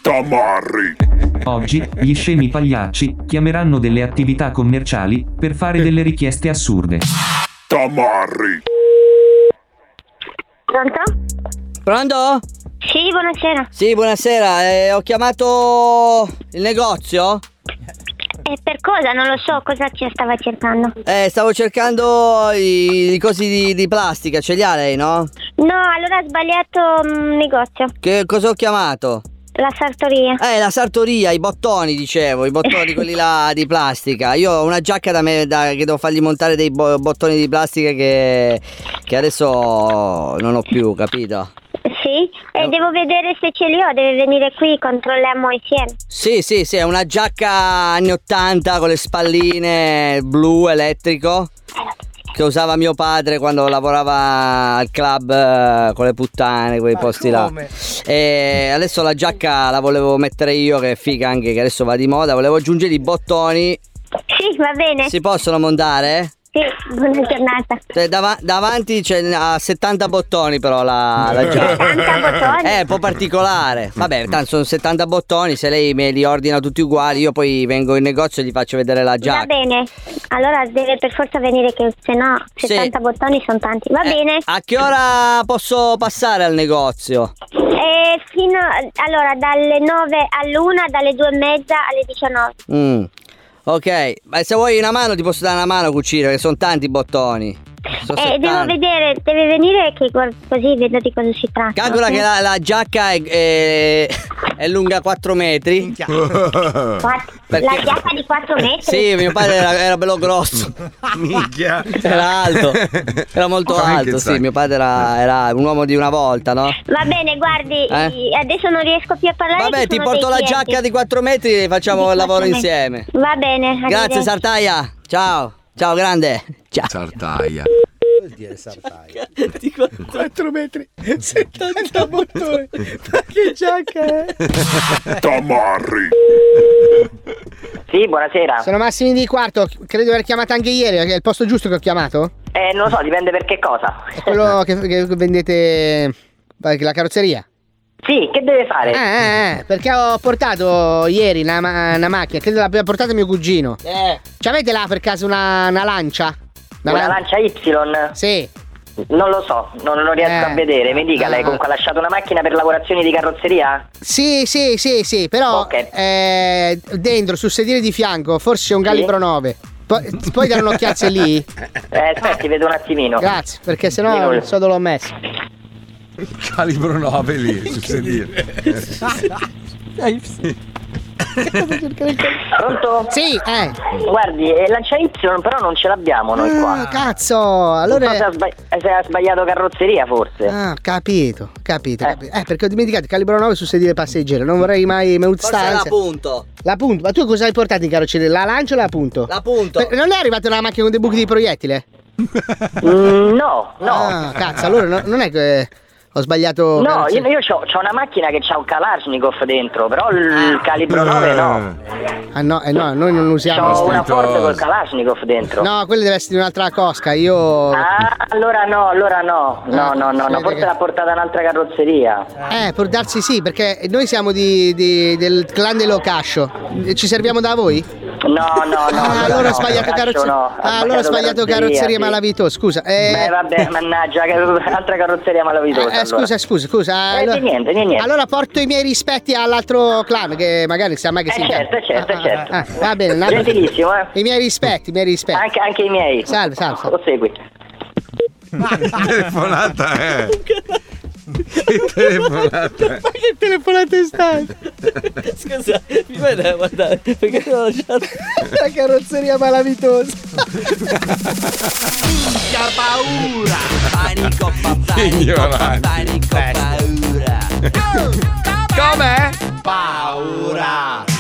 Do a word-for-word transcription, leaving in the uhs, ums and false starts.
Tamarri. Oggi, gli scemi pagliacci chiameranno delle attività commerciali per fare delle richieste assurde. Tamarri. Pronto? Pronto? Sì, buonasera. Sì, buonasera. Eh, ho chiamato il negozio? E per cosa? Non lo so, cosa ci stava cercando? Eh, stavo cercando i, i cosi di, di plastica, ce li ha lei, no? No, allora ha sbagliato um, negozio. Che cosa ho chiamato? La sartoria. Eh, la sartoria, i bottoni, dicevo, i bottoni quelli là di plastica. Io ho una giacca da me da, che devo fargli montare dei bo- bottoni di plastica che, che adesso non ho più, capito? Sì, e devo vedere se ce li ho, deve venire qui, controlliamo insieme. Sì, sì, sì, è una giacca anni ottanta con le spalline blu elettrico che usava mio padre quando lavorava al club eh, con le puttane, quei Ma posti come? là. E adesso la giacca la volevo mettere io, che è figa anche, che adesso va di moda. Volevo aggiungere i bottoni. Sì, va bene. Si possono montare? Sì, buona giornata. Cioè, dav- davanti c'è a settanta bottoni però la, la giacca. settanta bottoni? È un po' particolare. Vabbè, tanto sono settanta bottoni, se lei me li ordina tutti uguali, io poi vengo in negozio e gli faccio vedere la giacca. Va bene, allora deve per forza venire, che se no settanta Sì. bottoni sono tanti. Va Eh, bene. A che ora posso passare al negozio? E fino allora dalle nove all'una, dalle due e mezza alle diciannove. Mm. Ok, ma se vuoi una mano ti posso dare una mano a cucire, perché sono tanti bottoni. Sono Eh, devo settanta. vedere, deve venire che guarda, così vedo di cosa si tratta. Calcola ok? che la, la giacca è, è, è lunga quattro metri. Quatt- Perché- La giacca di quattro metri? Sì, mio padre era, era bello grosso. Minchia. Era alto. Era molto alto, sì, mio padre era, era un uomo di una volta, no? Va bene, guardi, Eh? i- adesso non riesco più a parlare. Vabbè, ci ti sono porto dei la clienti. giacca di quattro metri e facciamo Di il lavoro quattro metri. insieme. Va bene, Grazie, arrivederci. Sartaia. Ciao. Ciao, grande. Ciao. Sartaia. Vuol dire sartaia. quattro metri, settanta bottoni. Ma che giacca è? Tamarri. Sì, buonasera. Sono Massimi di Quarto, credo di aver chiamato anche ieri, è il posto giusto che ho chiamato? Eh, non lo so, dipende per che cosa. È quello che, che vendete la carrozzeria? Sì, che deve fare? Eh, eh, eh, perché ho portato ieri una, ma- una macchina, credo l'abbia portata mio cugino. Eh. Ci avete là per caso una, una lancia? Una lan- lancia Y? Sì. Non lo so, non lo riesco Eh. a vedere. Mi dica, lei Ah. comunque ha lasciato una macchina per lavorazioni di carrozzeria? Sì, sì, sì, sì, però Ok. eh, dentro, sul sedile di fianco, forse c'è un calibro nove. Poi, puoi dare un'occhiazza lì? Eh, aspetti, vedo un attimino. Grazie, perché Di sennò nulla. non so dove l'ho messo. Calibro nove lì, sul sedile. Pronto? Sì, eh. Guardi, eh, lancia Y però non ce l'abbiamo noi Ah, qua. cazzo, Non so se allora... ha, sbagli- se ha sbagliato carrozzeria forse. Ah, capito, capito, Eh. capito. Eh, perché ho dimenticato il calibro nove sul sedile passeggero. Non vorrei mai mai Forse è la stanza. punto. La punto. Ma tu cosa hai portato in carrozzeria? La lancia o la punto? La punto. Per- non è arrivata una macchina con dei buchi di proiettile? Mm, no, no. Ah, cazzo, allora no- non è che ho sbagliato. No, io, carrozzeria. io c'ho, c'ho una macchina che c'ha un Kalashnikov dentro, però il calibro nove no. Ah no, eh no, noi non usiamo. C'ho una scritto- Ford col Kalashnikov dentro. No, quella deve essere di un'altra cosca. Io. Ah, allora no, allora no. No, Ah, no, no, no, vede forse che- l'ha portata un'altra carrozzeria. Eh, può darsi sì, perché noi siamo di, di- del clan dello Cascio. Ci serviamo da voi? No, no, no. Ah, allora ho no, sbagliato Cascio carrozzeria. no, Ah, allora ho sbagliato carrozzeria sì. malavitosa. Scusa. Eh, Beh, vabbè, mannaggia, che altra carrozzeria malavitosa. eh, allora. scusa, scusa, scusa. Eh, allora, di niente, di niente. allora porto i miei rispetti all'altro clan, che magari sa mai che Eh, si certo, certo, Ah, ah, certo. ah, va bene, una- Gentilissimo, eh. I miei rispetti, i miei rispetti. Anche, anche i miei. Salve, salve, salve. Lo segui. Che telefonata è? Che telefonata è? Ma che telefonata è stata? Scusa, mi fai da guardare perché l'ho lasciato. La carrozzeria malavitosa. Minchia paura! Panico, pa- panico, pa- Ignorante. panico, paura! Com'è? Paura!